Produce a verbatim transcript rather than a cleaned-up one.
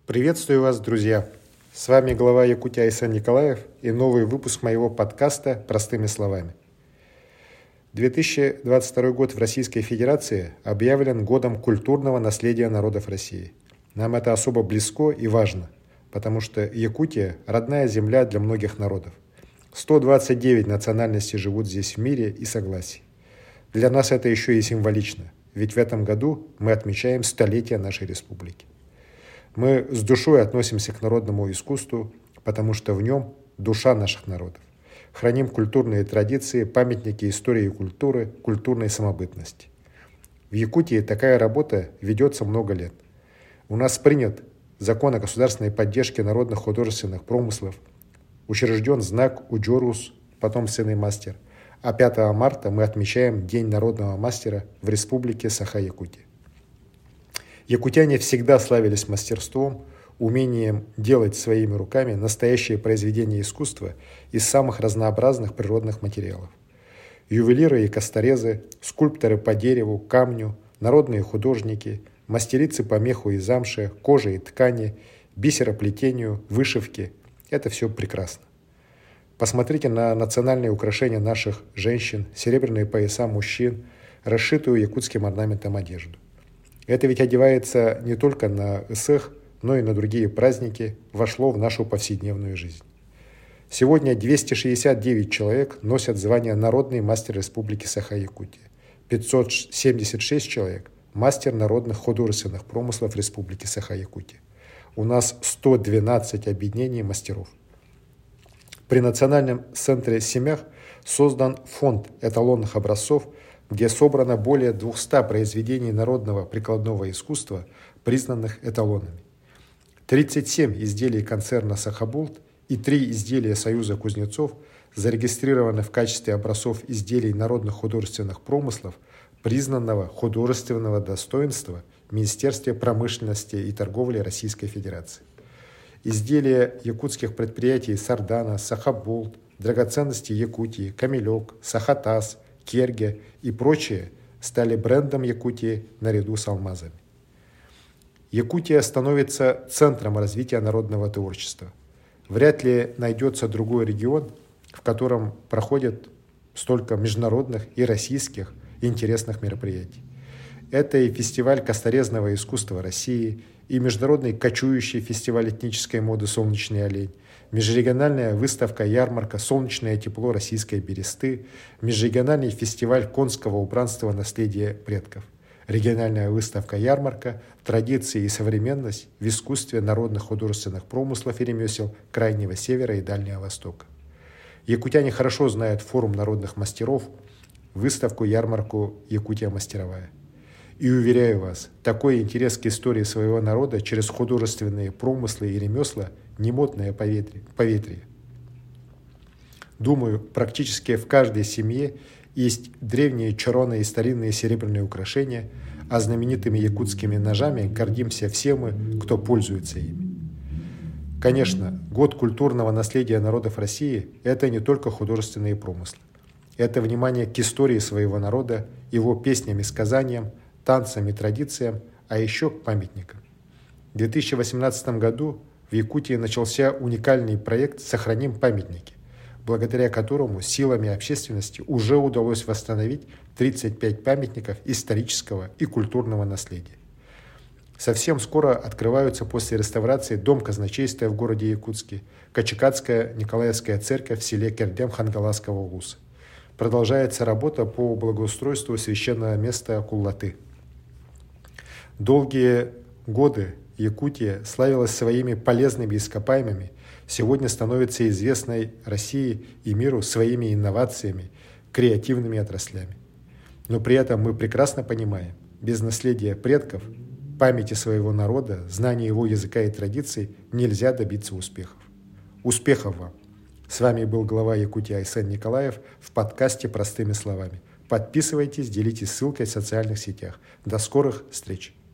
Приветствую вас, друзья! С вами глава Якутии Айсан Николаев и новый выпуск моего подкаста «Простыми словами». две тысячи двадцать второй год в Российской Федерации объявлен годом культурного наследия народов России. Нам это особо близко и важно, потому что Якутия – родная земля для многих народов. сто двадцать девять национальностей живут здесь в мире и согласии. Для нас это еще и символично, ведь в этом году мы отмечаем столетие нашей республики. Мы с душой относимся к народному искусству, потому что в нем душа наших народов. Храним культурные традиции, памятники истории и культуры, культурной самобытности. В Якутии такая работа ведется много лет. У нас принят закон о государственной поддержке народных художественных промыслов, учрежден знак «Уджорус», потомственный мастер, а пятого марта мы отмечаем День народного мастера в Республике Саха-Якутия. Якутяне всегда славились мастерством, умением делать своими руками настоящие произведения искусства из самых разнообразных природных материалов. Ювелиры и косторезы, скульпторы по дереву, камню, народные художники, мастерицы по меху и замше, коже и ткани, бисероплетению, вышивке – это все прекрасно. Посмотрите на национальные украшения наших женщин, серебряные пояса мужчин, расшитую якутским орнаментом одежду. Это ведь одевается не только на эсэх, но и на другие праздники, вошло в нашу повседневную жизнь. Сегодня двести шестьдесят девять человек носят звание «Народный мастер Республики Саха-Якутия», пятьсот семьдесят шесть человек – мастер народных художественных промыслов Республики Саха-Якутия. У нас сто двенадцать объединений мастеров. При Национальном центре Семях создан фонд эталонных образцов, где собрано более двухсот произведений народного прикладного искусства, признанных эталонами. тридцать семь изделий концерна «Сахабулт» и три изделия Союза кузнецов зарегистрированы в качестве образцов изделий народных художественных промыслов, признанного художественного достоинства в Министерстве промышленности и торговли Российской Федерации. Изделия якутских предприятий «Сардана», «Сахабулт», драгоценности Якутии, «Камелек», «Сахатас», «Керге» и прочие стали брендом Якутии наряду с алмазами. Якутия становится центром развития народного творчества. Вряд ли найдется другой регион, в котором проходят столько международных и российских интересных мероприятий. Это и фестиваль косторезного искусства России, и международный кочующий фестиваль этнической моды «Солнечный олень», межрегиональная выставка-ярмарка «Солнечное тепло российской бересты», межрегиональный фестиваль конского убранства «Наследие предков», региональная выставка-ярмарка «Традиции и современность в искусстве народных художественных промыслов и ремесел Крайнего Севера и Дальнего Востока». Якутяне хорошо знают форум народных мастеров, выставку-ярмарку «Якутия мастеровая». И уверяю вас, такой интерес к истории своего народа через художественные промыслы и ремесла – не модное поветрие. Думаю, практически в каждой семье есть древние чароны и старинные серебряные украшения, а знаменитыми якутскими ножами гордимся все мы, кто пользуется ими. Конечно, год культурного наследия народов России – это не только художественные промыслы. Это внимание к истории своего народа, его песням и сказаниям, танцам и традициям, а еще к памятникам. В две тысячи восемнадцатом году в Якутии начался уникальный проект «Сохраним памятники», благодаря которому силами общественности уже удалось восстановить тридцать пять памятников исторического и культурного наследия. Совсем скоро открываются после реставрации Дом казначейства в городе Якутске, Качекатская Николаевская церковь в селе Кердем Хангаласского улуса. Продолжается работа по благоустройству священного места Куллаты. Долгие годы Якутия славилась своими полезными ископаемыми, сегодня становится известной России и миру своими инновациями, креативными отраслями. Но при этом мы прекрасно понимаем, без наследия предков, памяти своего народа, знания его языка и традиций нельзя добиться успехов. Успехов вам! С вами был глава Якутии Айсан Николаев в подкасте «Простыми словами». Подписывайтесь, делитесь ссылкой в социальных сетях. До скорых встреч!